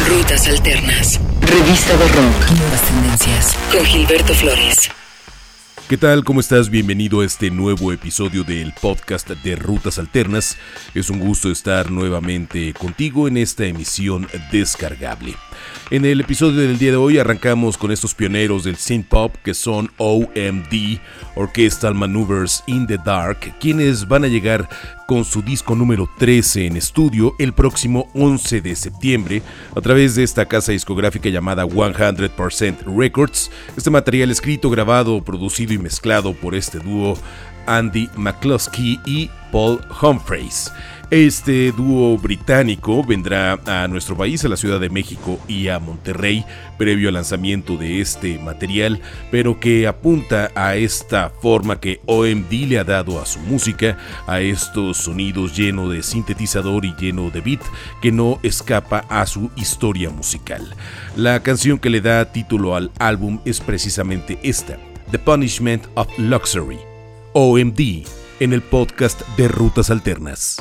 Rutas Alternas. Revista de rock. Nuevas tendencias. Con Gilberto Flores. ¿Qué tal? ¿Cómo estás? Bienvenido a este nuevo episodio del podcast de Rutas Alternas. Es un gusto estar nuevamente contigo en esta emisión descargable. En el episodio del día de hoy arrancamos con estos pioneros del synth pop que son OMD, Orchestral Maneuvers in the Dark, quienes van a llegar con su disco número 13 en estudio el próximo 11 de septiembre a través de esta casa discográfica llamada 100% Records. Este material escrito, grabado, producido y mezclado por este dúo Andy McCluskey y Paul Humphreys. Este dúo británico vendrá a nuestro país, a la Ciudad de México y a Monterrey, previo al lanzamiento de este material, pero que apunta a esta forma que OMD le ha dado a su música, a estos sonidos llenos de sintetizador y lleno de beat, que no escapa a su historia musical. La canción que le da título al álbum es precisamente esta, The Punishment of Luxury, OMD, en el podcast de Rutas Alternas.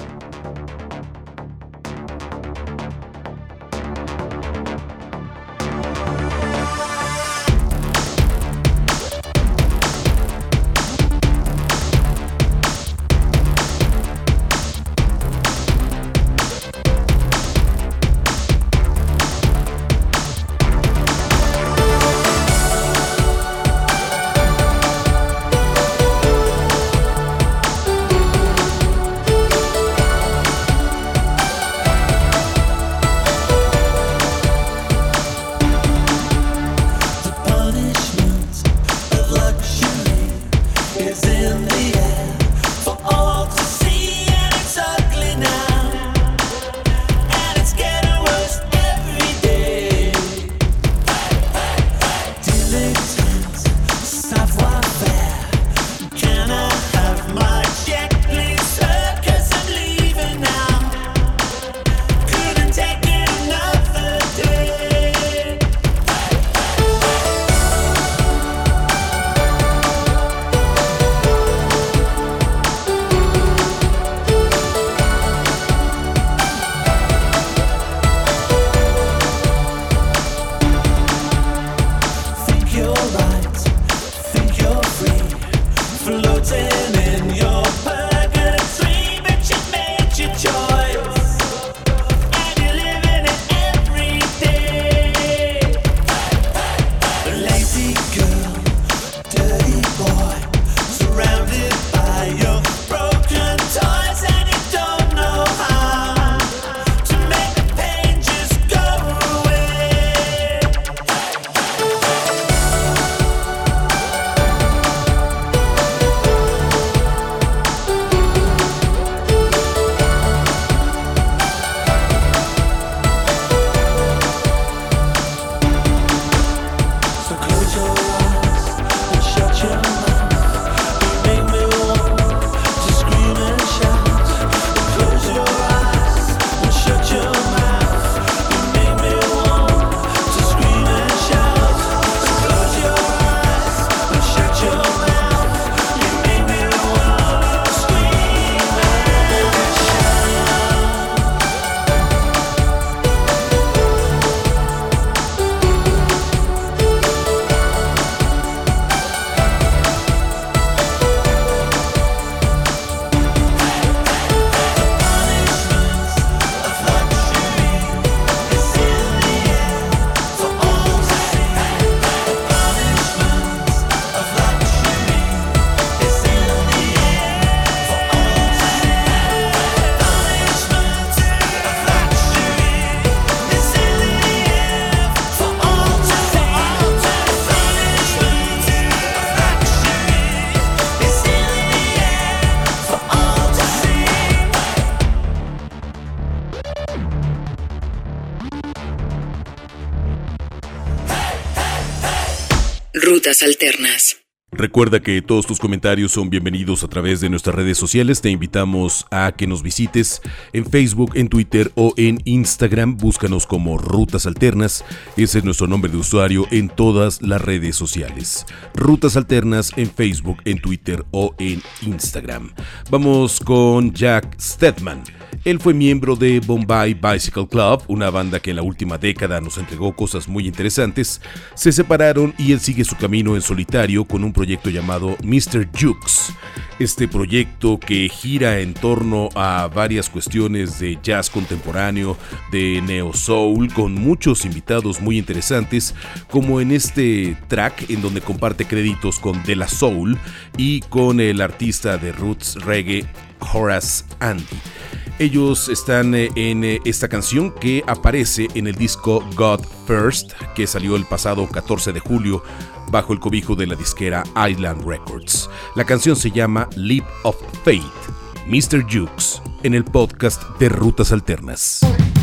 Rutas Alternas. Recuerda que todos tus comentarios son bienvenidos a través de nuestras redes sociales. Te invitamos a que nos visites en Facebook, en Twitter o en Instagram. Búscanos como Rutas Alternas. Ese es nuestro nombre de usuario en todas las redes sociales. Rutas Alternas en Facebook, en Twitter o en Instagram. Vamos con Jack Stedman. Él fue miembro de Bombay Bicycle Club, una banda que en la última década nos entregó cosas muy interesantes. Se separaron y él sigue su camino en solitario con un proyecto llamado Mr. Jukes. Este proyecto que gira en torno a varias cuestiones de jazz contemporáneo, de neo soul, con muchos invitados muy interesantes, como en este track en donde comparte créditos con De La Soul y con el artista de roots reggae Horace Andy. Ellos están en esta canción que aparece en el disco God First, que salió el pasado 14 de julio bajo el cobijo de la disquera Island Records. La canción se llama Leap of Faith. Mr. Jukes en el podcast de Rutas Alternas.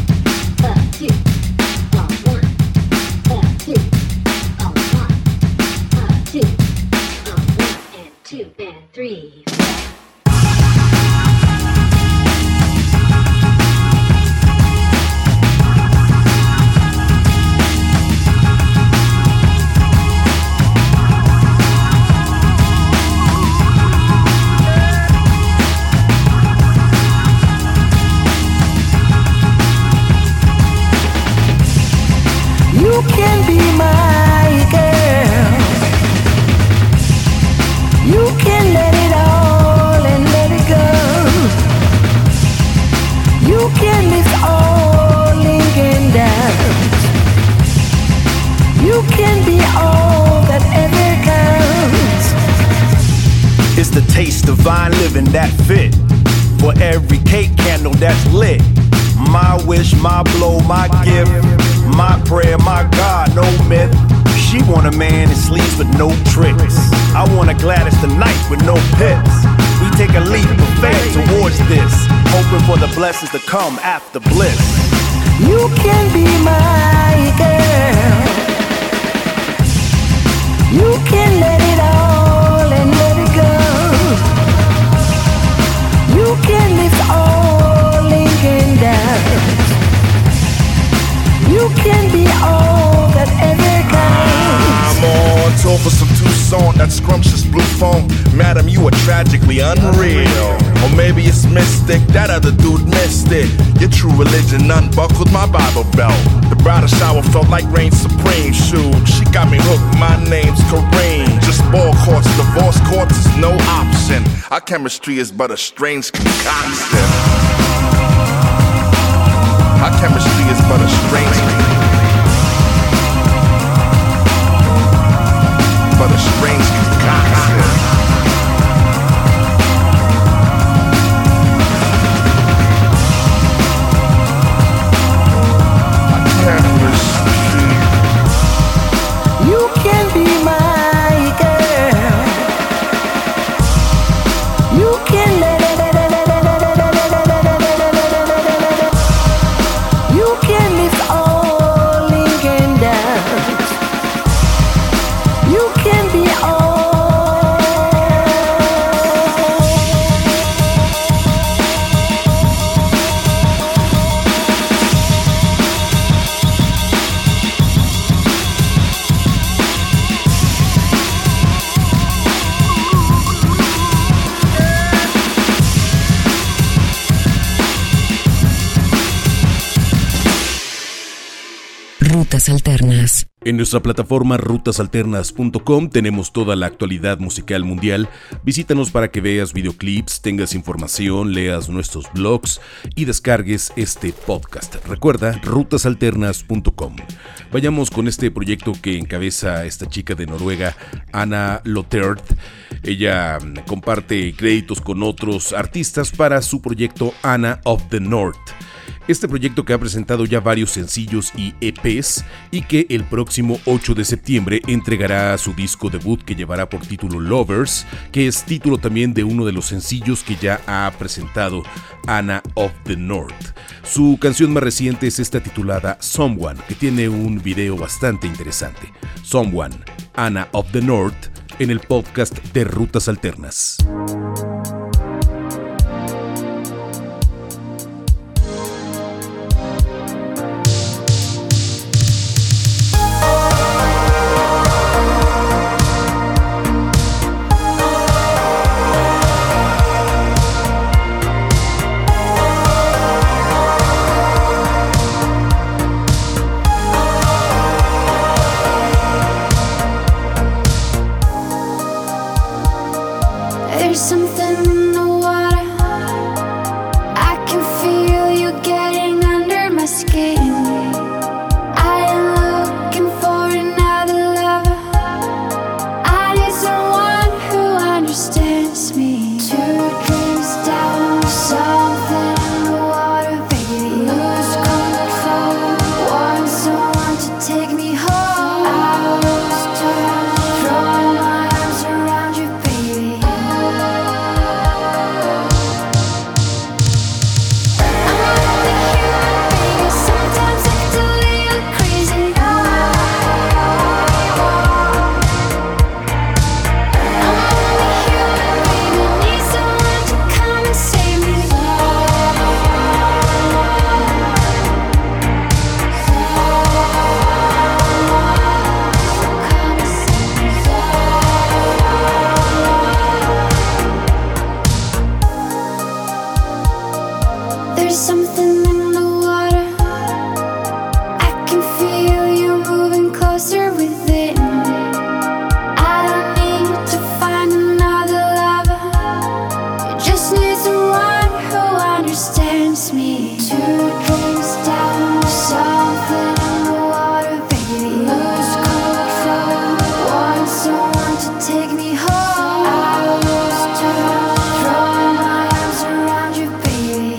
You can be my girl. You can let it all and let it go. You can lift all Lincoln down. You can be all that ever counts. It's the taste of divine living that fit. For every cake candle that's lit. My wish, my blow, my gift. My prayer, my God, no myth. She want a man in sleeves with no tricks. I want a Gladys tonight with no pips. We take a leap of faith towards this, hoping for the blessings to come after bliss. You can be my girl. You can let it all and let it go. You can lift all Lincoln down. You can be all that ever counts. I'm on tour for some Tucson, that scrumptious blue phone. Madam, you are tragically unreal. Or maybe it's mystic, that other dude missed it. Your true religion unbuckled my Bible belt. The bridal shower felt like reign supreme. Shoot, she got me hooked, my name's Kareem. Just ball courts, divorce courts is no option. Our chemistry is but a strange concoction. Our chemistry is but a strange, but a strange concoction. Our chemistry. You can be my girl. You can let it. You can lift all Lincoln down. You can be all. Rutas Alternas. En nuestra plataforma rutasalternas.com tenemos toda la actualidad musical mundial. Visítanos para que veas videoclips, tengas información, leas nuestros blogs y descargues este podcast. Recuerda, rutasalternas.com. Vayamos con este proyecto que encabeza esta chica de Noruega, Anna Lotert. Ella comparte créditos con otros artistas para su proyecto Anna of the North. Este proyecto que ha presentado ya varios sencillos y EPs y que el próximo 8 de septiembre entregará su disco debut que llevará por título Lovers, que es título también de uno de los sencillos que ya ha presentado Anna of the North. Su canción más reciente es esta titulada Someone, que tiene un video bastante interesante. Someone, Anna of the North, en el podcast de Rutas Alternas. There's something in the water. I can feel you getting under my skin. I am looking for another lover. I need someone who understands me. Two drinks down, something in the water, baby. Lose control. Want someone to take me home. I lose touch. Throw my arms around you, baby. There's something in the water. I can feel you moving closer within. I don't need to find another lover. You just need someone who understands me. Two drinks down, something in the water, baby. Lose control. Want someone to take me home. I lose touch. Throw my arms around you, baby.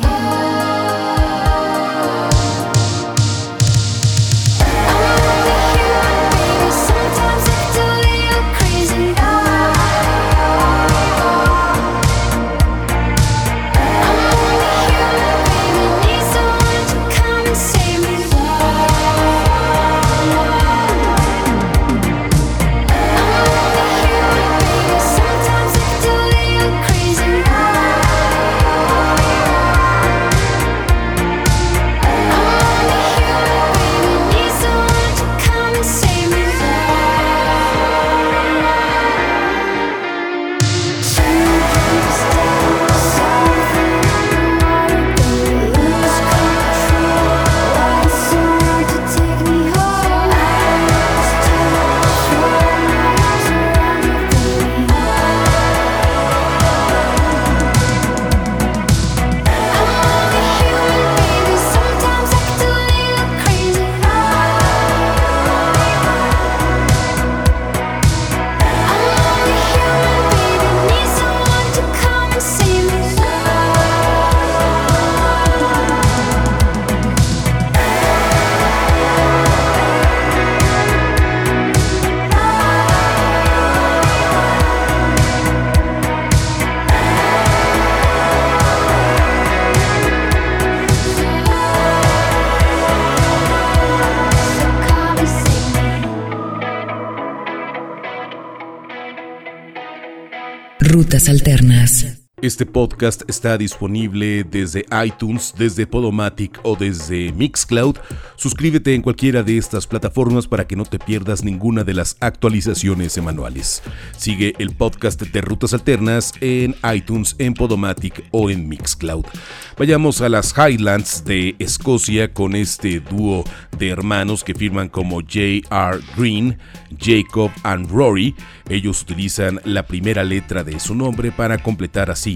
Rutas Alternas. Este podcast está disponible desde iTunes, desde Podomatic o desde Mixcloud. Suscríbete en cualquiera de estas plataformas para que no te pierdas ninguna de las actualizaciones semanales. Sigue el podcast de Rutas Alternas en iTunes, en Podomatic o en Mixcloud. Vayamos a las Highlands de Escocia con este dúo de hermanos que firman como J.R. Green, Jacob and Rory. Ellos utilizan la primera letra de su nombre para completar así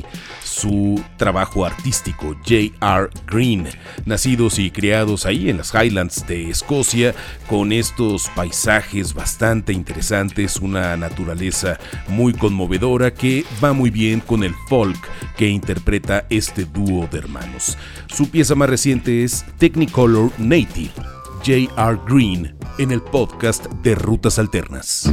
su trabajo artístico. J.R. Green, nacidos y criados ahí en las Highlands de Escocia, con estos paisajes bastante interesantes, una naturaleza muy conmovedora que va muy bien con el folk que interpreta este dúo de hermanos. Su pieza más reciente es Technicolor Native. J.R. Green en el podcast de Rutas Alternas.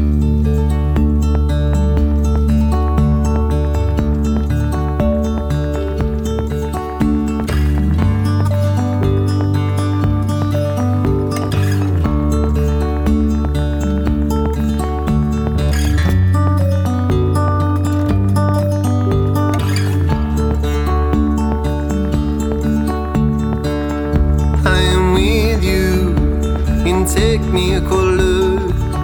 in Technicolor.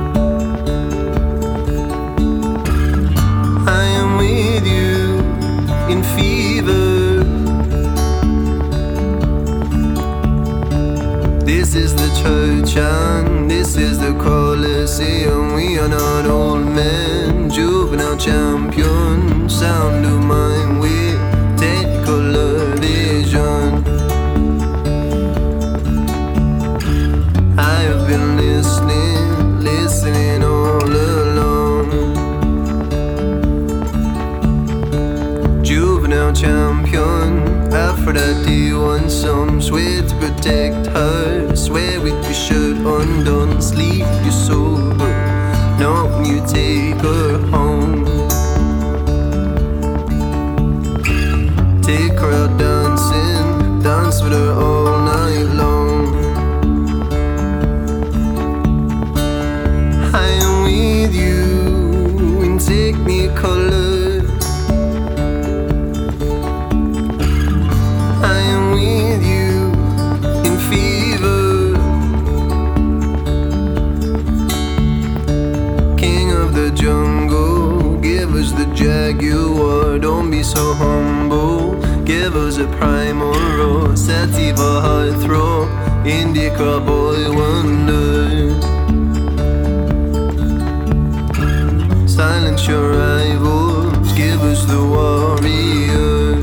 I am with you in fever. This is the church and this is the Colosseum. We are not old men, juvenile champions. Sound of mind with Technicolor vision. I have been listening all along. Juvenile champion, Aphrodite wants some sweat to protect her. Swear with your shirt undone, sleep your sober. No, you take her home. Take her out dancing, dance with her all night long. I am with you in Technicolor. I am with you in fever. King of the jungle, give us the jaguar. Don't be so humble, give us a primal roar. Sativa heartthrob, indica boy wonder. Silence your rivals, give us the warrior.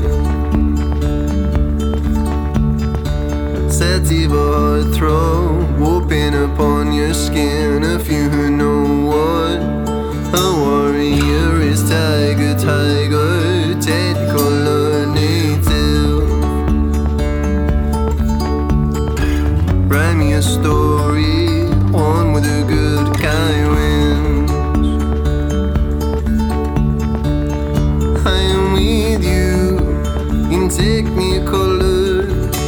Sativa heartthrob, whooping upon your skin. If you know what a warrior is, tiger, tiger, Technicolor native. Write me a story, one with a good guy wins. I am with you in Technicolor.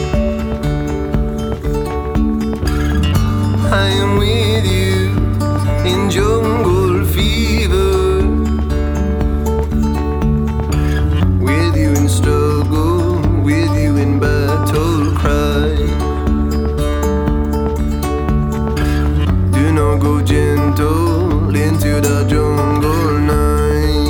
I am with you in jungle fever. With you in struggle, with you in battle cry. Do not go gentle into the jungle night.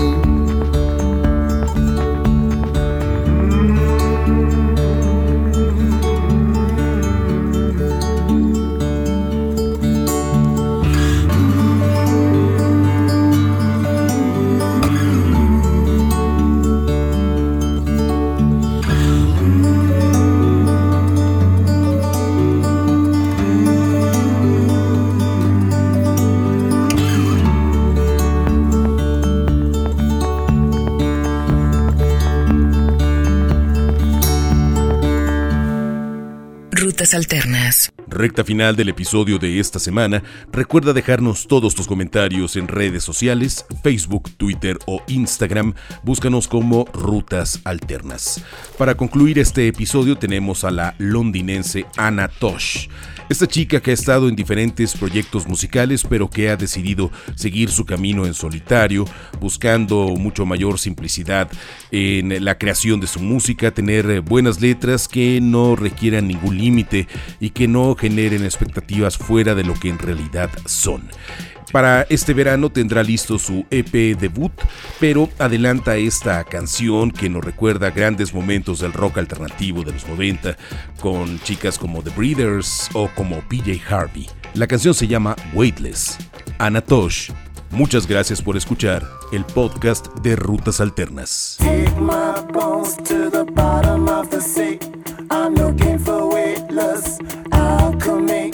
Rutas Alternas. Recta final del episodio de esta semana. Recuerda dejarnos todos tus comentarios en redes sociales, Facebook, Twitter o Instagram. Búscanos como Rutas Alternas. Para concluir este episodio tenemos a la londinense Anna Tosh. Esta chica que ha estado en diferentes proyectos musicales, pero que ha decidido seguir su camino en solitario, buscando mucho mayor simplicidad en la creación de su música, tener buenas letras que no requieran ningún límite y que no generen expectativas fuera de lo que en realidad son. Para este verano tendrá listo su EP debut, pero adelanta esta canción que nos recuerda grandes momentos del rock alternativo de los 90, con chicas como The Breeders o como PJ Harvey. La canción se llama Weightless. Anna Tosh, muchas gracias por escuchar el podcast de Rutas Alternas. Take my bones to the bottom of the sea. I'm looking for weightless alchemy.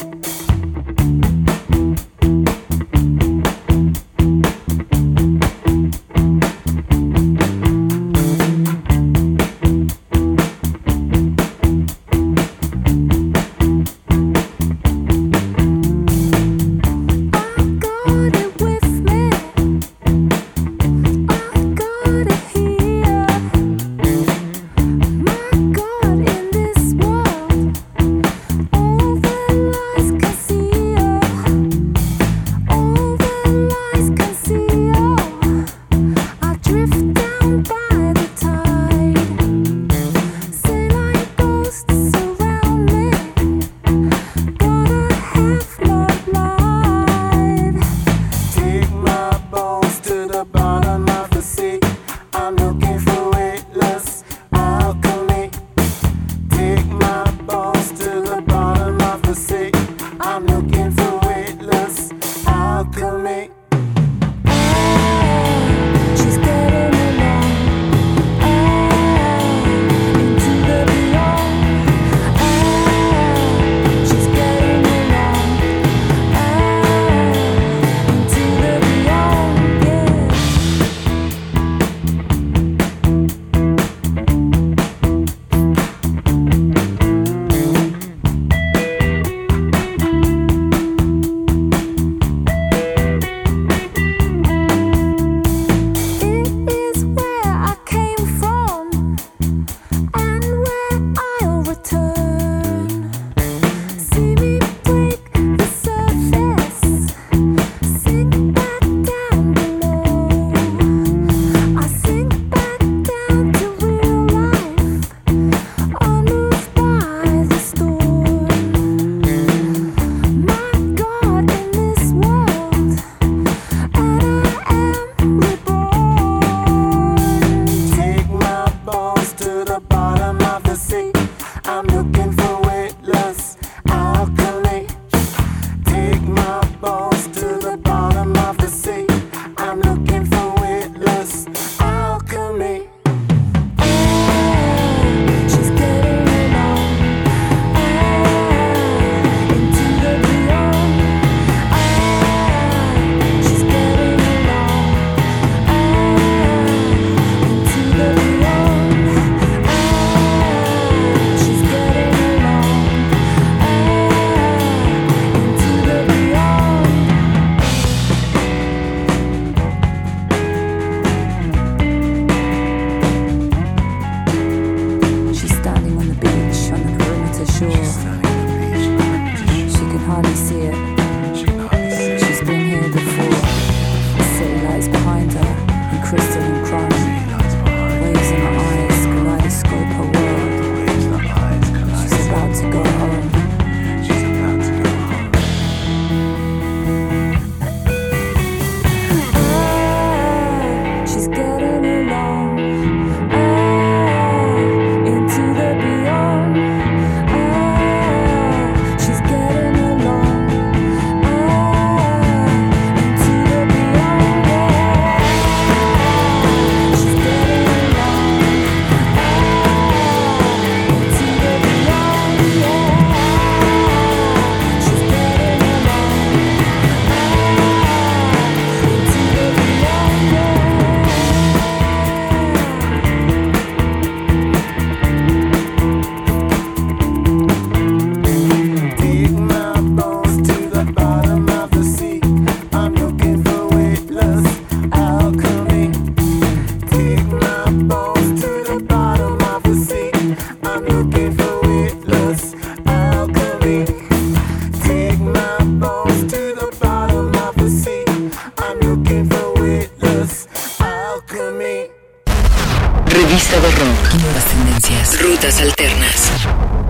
Revista de rock. Nuevas tendencias. Rutas alternas.